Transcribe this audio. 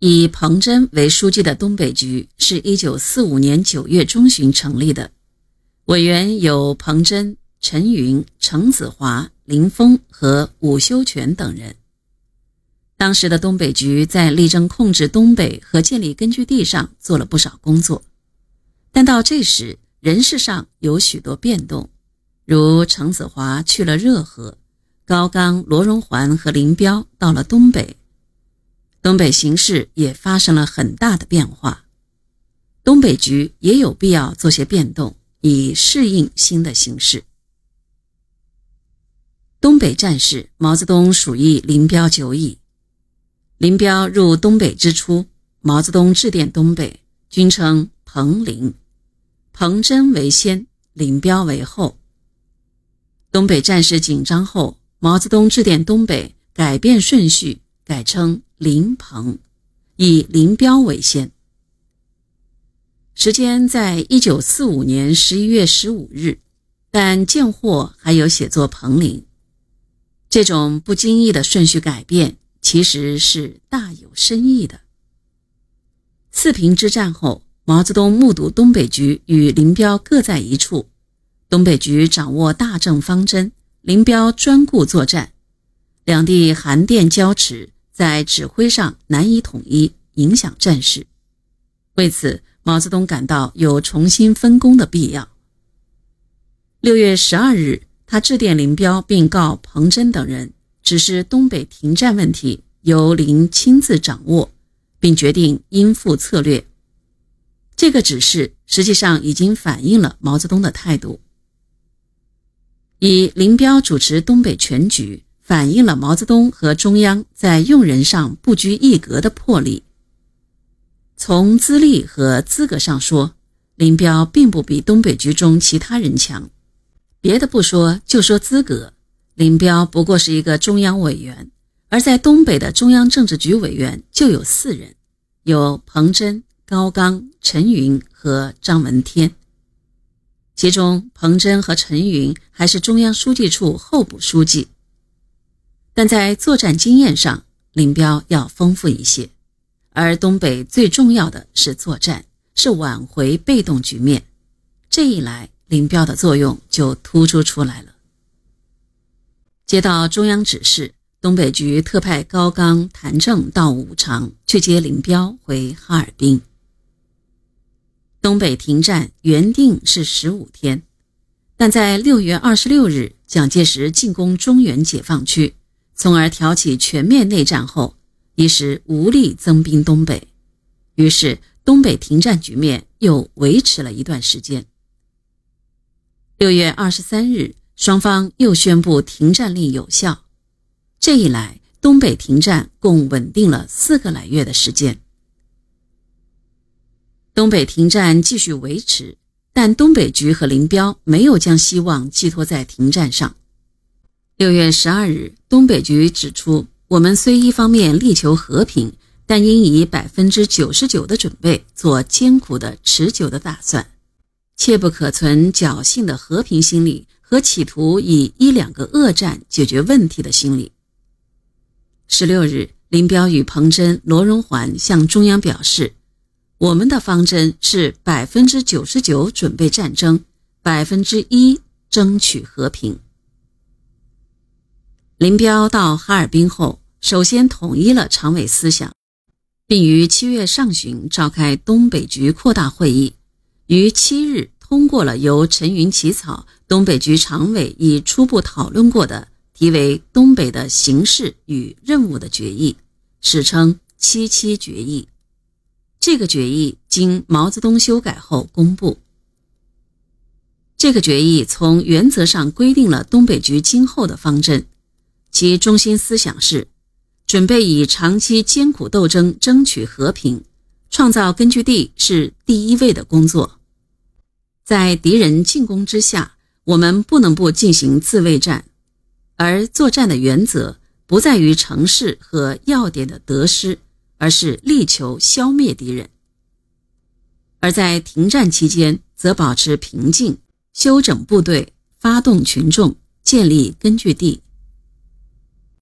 以彭真为书记的东北局是1945年9月中旬成立的，委员有彭真、陈云、程子华、林峰和伍修权等人。当时的东北局在力争控制东北和建立根据地上做了不少工作，但到这时人事上有许多变动，如程子华去了热河，高岗、罗荣桓和林彪到了东北，东北形势也发生了很大的变化，东北局也有必要做些变动，以适应新的形势。东北战事，毛泽东属意林彪久矣。林彪入东北之初，毛泽东致电东北，均称彭林，彭真为先，林彪为后。东北战事紧张后，毛泽东致电东北，改变顺序，改称林彭，以林彪为先。时间在1945年11月15日，但见货还有写作彭林。这种不经意的顺序改变其实是大有深意的。四平之战后，毛泽东目睹东北局与林彪各在一处，东北局掌握大政方针，林彪专顾作战，两地韩电交持，在指挥上难以统一，影响战事。为此，毛泽东感到有重新分工的必要。6月12日，他致电林彪，并告彭真等人，指示东北停战问题由林亲自掌握，并决定应付策略。这个指示实际上已经反映了毛泽东的态度。以林彪主持东北全局，反映了毛泽东和中央在用人上不拘一格的魄力。从资历和资格上说，林彪并不比东北局中其他人强。别的不说，就说资格，林彪不过是一个中央委员，而在东北的中央政治局委员就有4人，有彭真、高岗、陈云和张闻天。其中彭真和陈云还是中央书记处候补书记。但在作战经验上，林彪要丰富一些，而东北最重要的是作战，是挽回被动局面。这一来，林彪的作用就突出出来了。接到中央指示，东北局特派高岗、谭政到武昌去接林彪回哈尔滨。东北停战原定是15天，但在6月26日蒋介石进攻中原解放区，从而挑起全面内战后，一时无力增兵东北，于是东北停战局面又维持了一段时间。6月23日，双方又宣布停战令有效。这一来，东北停战共稳定了4个来月的时间。东北停战继续维持，但东北局和林彪没有将希望寄托在停战上。6月12日，东北局指出，我们虽一方面力求和平，但应以99%的准备做艰苦的持久的打算，切不可存侥幸的和平心理和企图以1-2个恶战解决问题的心理。16日，林彪与彭真、罗荣桓向中央表示，我们的方针是99%准备战争，1%争取和平。林彪到哈尔滨后，首先统一了常委思想，并于7月上旬召开东北局扩大会议，于7日通过了由陈云起草，东北局常委已初步讨论过的题为《东北的形势与任务》的决议，史称77决议。这个决议经毛泽东修改后公布。这个决议从原则上规定了东北局今后的方针，其中心思想是准备以长期艰苦斗争争取和平，创造根据地是第一位的工作。在敌人进攻之下，我们不能不进行自卫战，而作战的原则不在于城市和要点的得失，而是力求消灭敌人。而在停战期间，则保持平静，休整部队，发动群众，建立根据地。